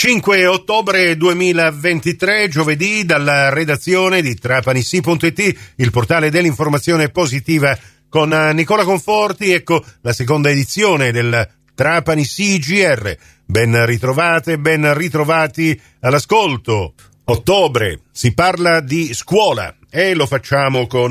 5 ottobre 2023, giovedì, dalla redazione di trapanissi.it, il portale dell'informazione positiva, con Nicola Conforti. Ecco la seconda edizione del Trapanissi GR. Ben ritrovate, ben ritrovati all'ascolto. Ottobre, si parla di scuola e lo facciamo con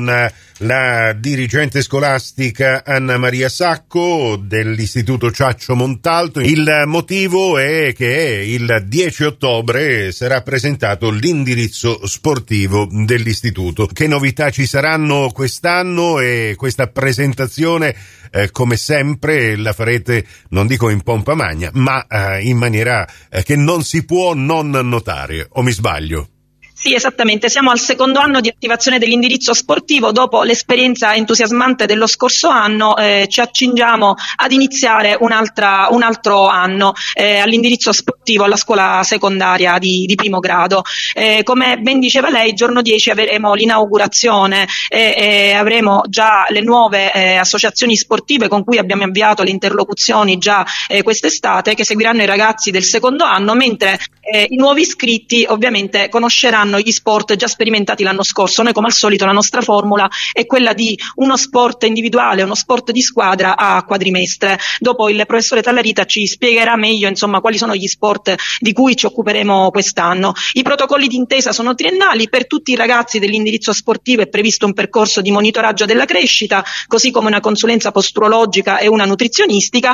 la dirigente scolastica Anna Maria Sacco dell'Istituto Ciaccio Montalto. Il motivo è che il 10 ottobre sarà presentato l'indirizzo sportivo dell'istituto. Che novità ci saranno quest'anno? E questa presentazione, come sempre, la farete, non dico in pompa magna, ma in maniera che non si può non notare, o mi sbaglio? Sì, esattamente. Siamo al secondo anno di attivazione dell'indirizzo sportivo. Dopo l'esperienza entusiasmante dello scorso anno, ci accingiamo ad iniziare un altro anno all'indirizzo sportivo alla scuola secondaria di primo grado. Come ben diceva lei, il giorno 10 avremo l'inaugurazione e avremo già le nuove associazioni sportive con cui abbiamo avviato le interlocuzioni già quest'estate, che seguiranno i ragazzi del secondo anno, mentre i nuovi iscritti ovviamente conosceranno gli sport già sperimentati l'anno scorso. Noi, come al solito, la nostra formula è quella di uno sport individuale, uno sport di squadra a quadrimestre. Dopo il professore Tallarita ci spiegherà meglio, insomma, quali sono gli sport di cui ci occuperemo quest'anno. I protocolli d'intesa sono triennali. Per tutti i ragazzi dell'indirizzo sportivo è previsto un percorso di monitoraggio della crescita, così come una consulenza posturologica e una nutrizionistica,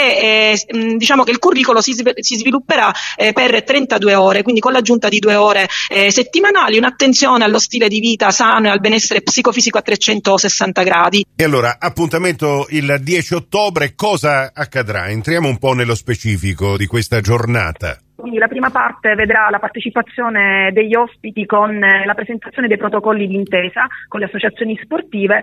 e diciamo che il curriculum si svilupperà per 32 ore, quindi con l'aggiunta di 2 ore settimanali, un'attenzione allo stile di vita sano e al benessere psicofisico a 360 gradi. E allora, appuntamento il 10 ottobre, cosa accadrà? Entriamo un po' nello specifico di questa giornata. Quindi la prima parte vedrà la partecipazione degli ospiti con la presentazione dei protocolli d'intesa con le associazioni sportive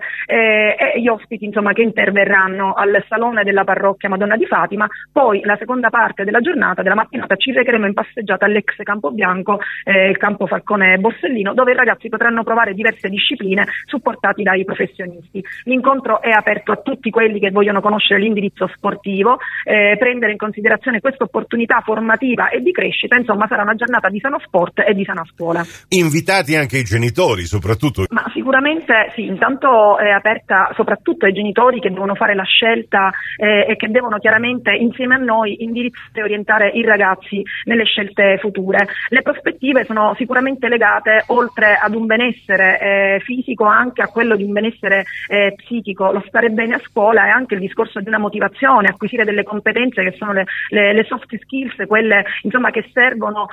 e gli ospiti, insomma, che interverranno al salone della parrocchia Madonna di Fatima. Poi la seconda parte della giornata, della mattinata, ci recheremo in passeggiata all'ex Campobianco, il campo Falcone Borsellino, dove i ragazzi potranno provare diverse discipline supportati dai professionisti. L'incontro è aperto a tutti quelli che vogliono conoscere l'indirizzo sportivo, prendere in considerazione questa opportunità formativa e di crescita. Insomma, sarà una giornata di sano sport e di sana scuola. Invitati anche i genitori, soprattutto? Ma sicuramente sì, intanto è aperta soprattutto ai genitori che devono fare la scelta e che devono chiaramente insieme a noi indirizzare e orientare i ragazzi nelle scelte future. Le prospettive sono sicuramente legate, oltre ad un benessere fisico, anche a quello di un benessere psichico. Lo stare bene a scuola è anche il discorso di una motivazione, acquisire delle competenze che sono le soft skills, quelle insomma che servono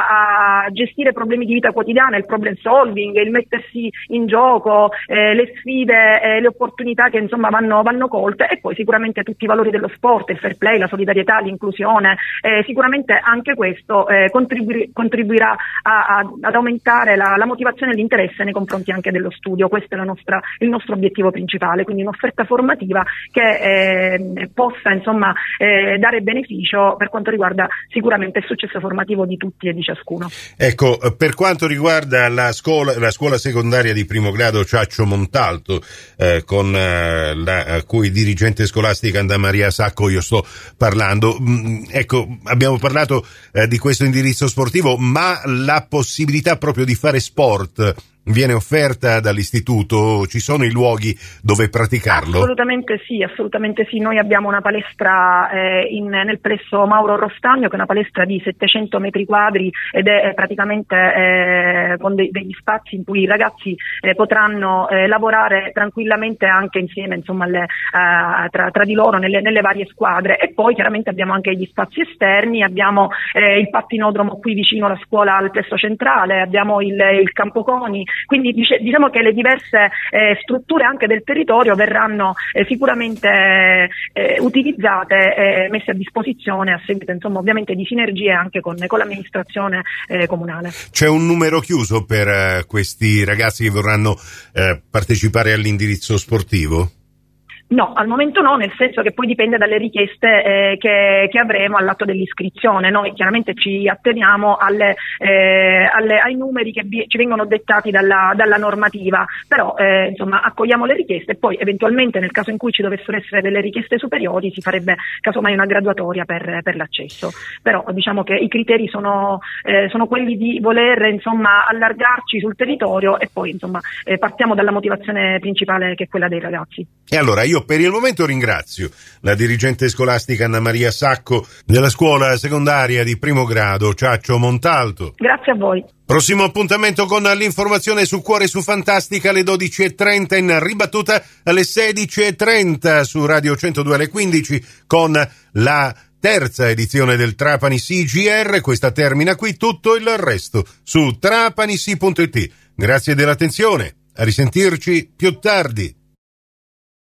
a gestire problemi di vita quotidiana, il problem solving, il mettersi in gioco, le sfide, le opportunità che insomma vanno colte, e poi sicuramente tutti i valori dello sport, il fair play, la solidarietà, l'inclusione. Sicuramente anche questo contribuirà ad aumentare la motivazione e l'interesse nei confronti anche dello studio. Questo è il nostro obiettivo principale, quindi un'offerta formativa che possa insomma dare beneficio per quanto riguarda sicuramente il successo formativo di tutti e di ciascuno. Ecco, per quanto riguarda la scuola secondaria di primo grado Ciaccio Montalto, con la cui dirigente scolastica Anna Maria Sacco io sto parlando, ecco, abbiamo parlato di questo indirizzo sportivo, ma la possibilità proprio di fare sport viene offerta dall'istituto? Ci sono i luoghi dove praticarlo? Assolutamente sì. Noi abbiamo una palestra nel plesso Mauro Rostagno, che è una palestra di 700 metri quadri ed è praticamente con degli spazi in cui i ragazzi potranno lavorare tranquillamente anche insieme, insomma, tra di loro nelle varie squadre. E poi chiaramente abbiamo anche gli spazi esterni, abbiamo il pattinodromo qui vicino alla scuola al plesso centrale, abbiamo il campo coni. Quindi diciamo che le diverse strutture anche del territorio verranno sicuramente utilizzate e messe a disposizione a seguito, insomma, ovviamente di sinergie anche con l'amministrazione comunale. C'è un numero chiuso per questi ragazzi che vorranno partecipare all'indirizzo sportivo? No, al momento no, nel senso che poi dipende dalle richieste che avremo all'atto dell'iscrizione. Noi chiaramente ci atteniamo ai numeri che ci vengono dettati dalla normativa, però insomma accogliamo le richieste e poi eventualmente nel caso in cui ci dovessero essere delle richieste superiori si farebbe casomai una graduatoria per l'accesso. Però diciamo che i criteri sono quelli di voler insomma allargarci sul territorio e poi insomma partiamo dalla motivazione principale che è quella dei ragazzi. E allora io per il momento ringrazio la dirigente scolastica Anna Maria Sacco della scuola secondaria di primo grado Ciaccio Montalto. Grazie a voi. Prossimo appuntamento con l'informazione su Cuore su Fantastica alle 12.30, in ribattuta alle 16.30 su Radio 102 alle 15 con la terza edizione del Trapani CGR. Questa termina qui, tutto il resto su trapanissi.it. Grazie dell'attenzione, a risentirci più tardi.